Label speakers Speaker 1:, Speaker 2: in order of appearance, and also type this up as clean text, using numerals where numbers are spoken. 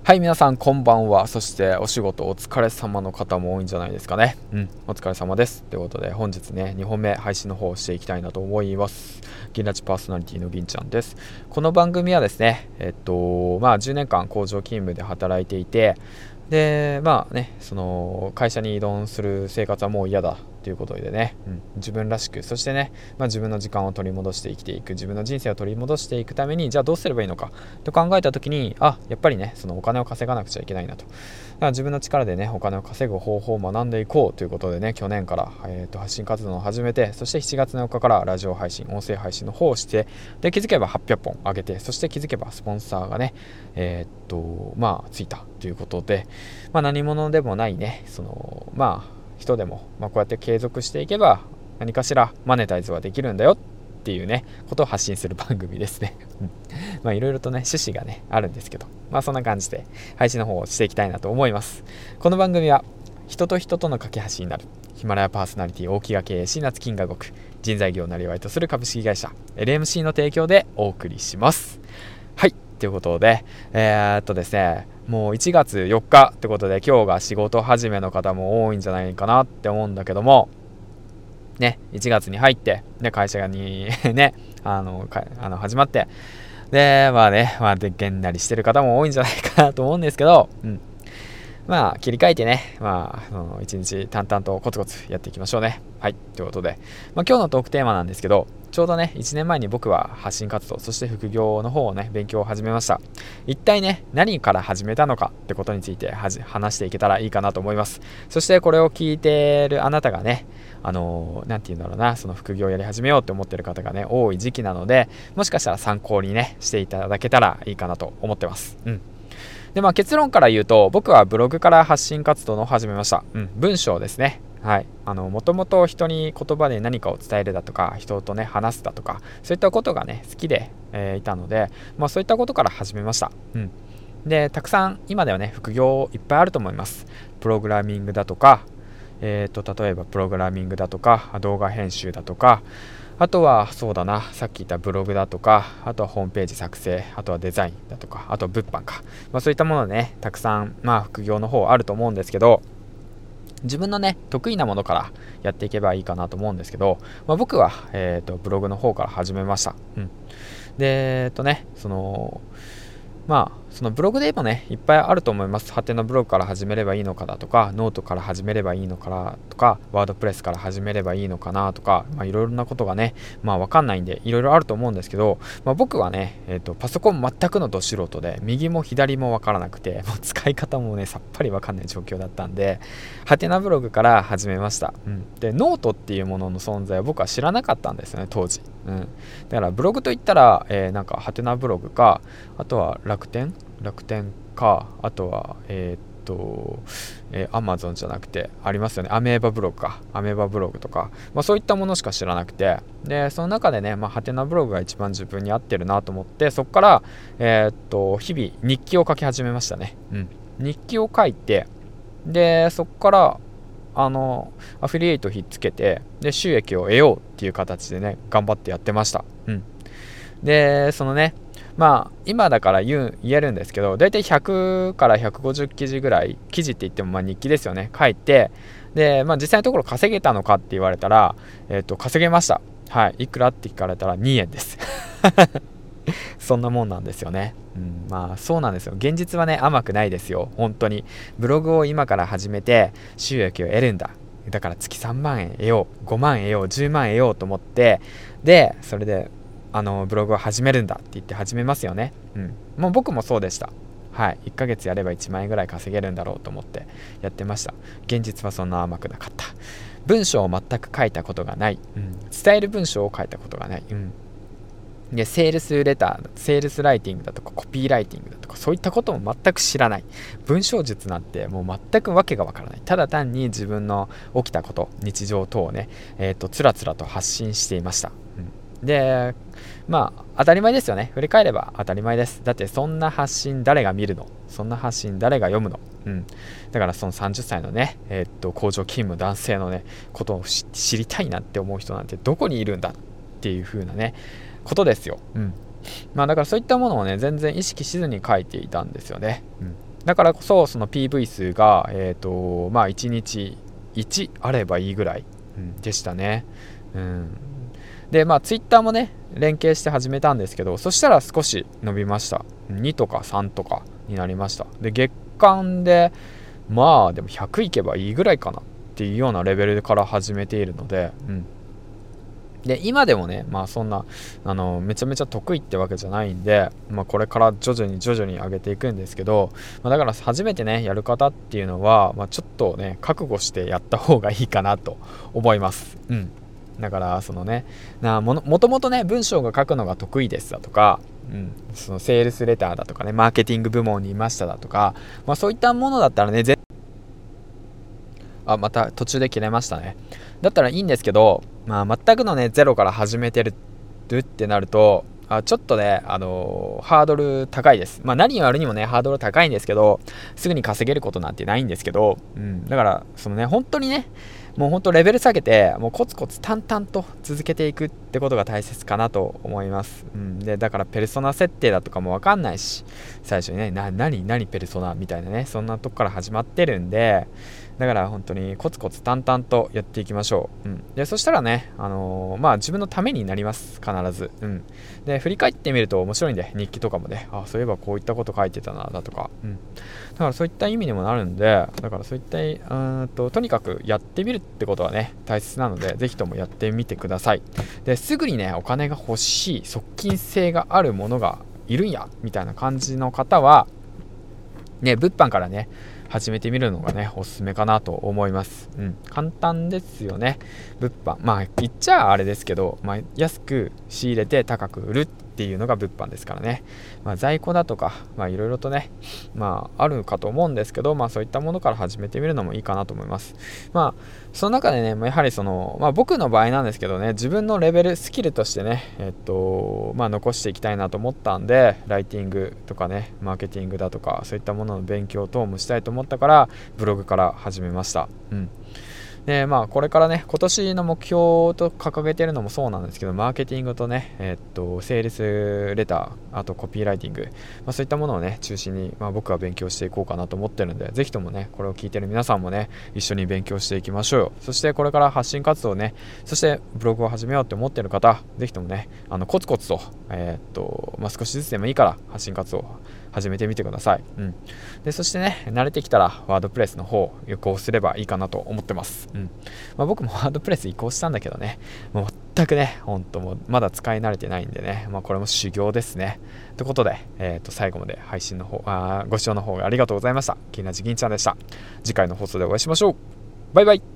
Speaker 1: はい、皆さんこんばんは。そしてお仕事お疲れ様の方も多いんじゃないですかね。お疲れ様です。ということで本日ね、2本目配信の方をしていきたいなと思います。銀ラジパーソナリティの銀ちゃんです。この番組はですね、10年間工場勤務で働いていて、でその会社に移動する生活はもう嫌だということでね、自分らしく、そしてね、自分の時間を取り戻して生きていく、自分の人生を取り戻していくために、じゃあどうすればいいのかと考えた時に、やっぱりね、そのお金を稼がなくちゃいけないなと。だから自分の力でね、お金を稼ぐ方法を学んでいこうということでね、去年から、発信活動を始めて、そして7月7日からラジオ配信、音声配信の方をして、で気づけば800本上げて、そして気づけばスポンサーがね、ついたということで、何者でもないね、人でも、こうやって継続していけば何かしらマネタイズはできるんだよっていうねことを発信する番組ですね。いろいろとね趣旨がねあるんですけど、そんな感じで配信の方をしていきたいなと思います。この番組は人と人との架け橋になるヒマラヤパーソナリティ大木が経営し夏金が動く人材業をなりわいとする株式会社 LMC の提供でお送りします。はい、ということでですね、もう1月4日ってことで、今日が仕事始めの方も多いんじゃないかなって思うんだけどもね、1月に入ってで会社にね始まって、ででげんなりしてる方も多いんじゃないかなと思うんですけど、切り替えてね、一日淡々とコツコツやっていきましょうね。はい、ということで、今日のトークテーマなんですけど、ちょうどね1年前に僕は発信活動、そして副業の方をね勉強を始めました。一体ね何から始めたのかってことについて話していけたらいいかなと思います。そしてこれを聞いてるあなたがね、なんて言うんだろうな、その副業をやり始めようって思ってる方がね多い時期なので、もしかしたら参考にねしていただけたらいいかなと思ってます。で結論から言うと、僕はブログから発信活動を始めました。文章ですね。はい、もともと人に言葉で何かを伝えるだとか、人とね話すだとか、そういったことがね好きで、いたので、そういったことから始めました。でたくさん今ではね副業いっぱいあると思います。プログラミングだとか、例えばプログラミングだとか動画編集だとか、あとはそうだな、さっき言ったブログだとか、あとはホームページ作成、あとはデザインだとか、あとは物販か、そういったものねたくさん副業の方あると思うんですけど、自分のね得意なものからやっていけばいいかなと思うんですけど、僕は、ブログの方から始めました。でそのブログでもねいっぱいあると思います。ハテナブログから始めればいいのかだとか、ノートから始めればいいのかなとか、ワードプレスから始めればいいのかなとか、いろいろなことがねわかんないんでいろいろあると思うんですけど、僕はね、パソコン全くのど素人で、右も左もわからなくて、もう使い方もねさっぱりわかんない状況だったんで、ハテナブログから始めました。でノートっていうものの存在は僕は知らなかったんですよね当時。だからブログといったら、ハテナブログか、あとは楽天か、あとはアマゾンじゃなくてありますよね、アメーバブログか、アメーバブログとか、そういったものしか知らなくて、でその中でねハテナブログが一番自分に合ってるなと思って、そこから、日々日記を書き始めましたね。日記を書いて、でそこからアフィリエイトひっつけて、で収益を得ようっていう形でね頑張ってやってました。でそのね今だから言えるんですけど、だいたい100から150記事ぐらい、記事って言っても日記ですよね、書いて、で実際のところ稼げたのかって言われたら、稼げました。はい、いくらって聞かれたら2円ですそんなもんなんですよね。そうなんですよ。現実はね甘くないですよ本当に。ブログを今から始めて収益を得るんだ、だから月3万円得よう、5万得よう、10万得ようと思って、でそれでブログを始めるんだって言って始めますよね。もう僕もそうでした。はい、1ヶ月やれば1万円ぐらい稼げるんだろうと思ってやってました。現実はそんな甘くなかった。文章を全く書いたことがない、伝える文章を書いたことがない、でセールスレター、セールスライティングだとかコピーライティングだとか、そういったことも全く知らない。文章術なんてもう全くわけがわからない。ただ単に自分の起きたこと、日常等をね、つらつらと発信していました。で当たり前ですよね。振り返れば当たり前です。だってそんな発信誰が見るの、そんな発信誰が読むの。だからその30歳のね、工場勤務男性のねことを知りたいなって思う人なんてどこにいるんだっていう風なねことですよ。だからそういったものをね全然意識しずに書いていたんですよね。 だからこそその PV 数が、1日1あればいいぐらい、でしたね。でTwitter もね連携して始めたんですけど、そしたら少し伸びました。2とか3とかになりました。で月間ででも100いけばいいぐらいかなっていうようなレベルから始めているので、で今でもねそんなめちゃめちゃ得意ってわけじゃないんで、これから徐々に上げていくんですけど、だから初めてねやる方っていうのは、ちょっとね覚悟してやった方がいいかなと思います。だからそのねもともとね文章が書くのが得意ですだとか、そのセールスレターだとかねマーケティング部門にいましただとか、そういったものだったらねまた途中で切れましたね。だったらいいんですけど、全くのねゼロから始めてるってなるとちょっとね、ハードル高いです。何をやるにもねハードル高いんですけど、すぐに稼げることなんてないんですけど、だからそのね本当にねもう本当レベル下げてもうコツコツ淡々と続けていくってことが大切かなと思います。でだからペルソナ設定だとかも分かんないし、最初にね何ペルソナみたいなねそんなとこから始まってるんで、だから本当にコツコツ淡々とやっていきましょう。でそしたらね、自分のためになります必ず。で振り返ってみると面白いんで、日記とかもねそういえばこういったこと書いてたなだとか、だからそういった意味にもなるんで、だからそういったとにかくやってみるってことはね大切なので、ぜひともやってみてください。ですぐにねお金が欲しい、側近性があるものがいるんやみたいな感じの方はね、物販からね始めてみるのがねおすすめかなと思います。簡単ですよね。物販言っちゃあれですけど、安く仕入れて高く売るっていうのが物販ですからね。在庫だとかいろいろとねあるかと思うんですけど、そういったものから始めてみるのもいいかなと思います。その中でねやはりその、僕の場合なんですけどね、自分のレベルスキルとしてね残していきたいなと思ったんで、ライティングとかねマーケティングだとかそういったものの勉強等もしたいと思ったからブログから始めました。でこれからね今年の目標と掲げてるのもそうなんですけど、マーケティングとねセールスレター、あとコピーライティング、そういったものをね中心に、僕は勉強していこうかなと思ってるんで、ぜひともねこれを聞いてる皆さんもね一緒に勉強していきましょうよ。そしてこれから発信活動ね、そしてブログを始めようって思ってる方、ぜひともねコツコツと少しずつでもいいから発信活動を始めてみてください。でそしてね慣れてきたらワードプレスの方を移行すればいいかなと思ってます。僕もワードプレス移行したんだけどね、全くね本当もうまだ使い慣れてないんでね、これも修行ですね。ということで、最後まで配信の方ご視聴の方ありがとうございました。銀ラジ銀ちゃんでした。次回の放送でお会いしましょう。バイバイ。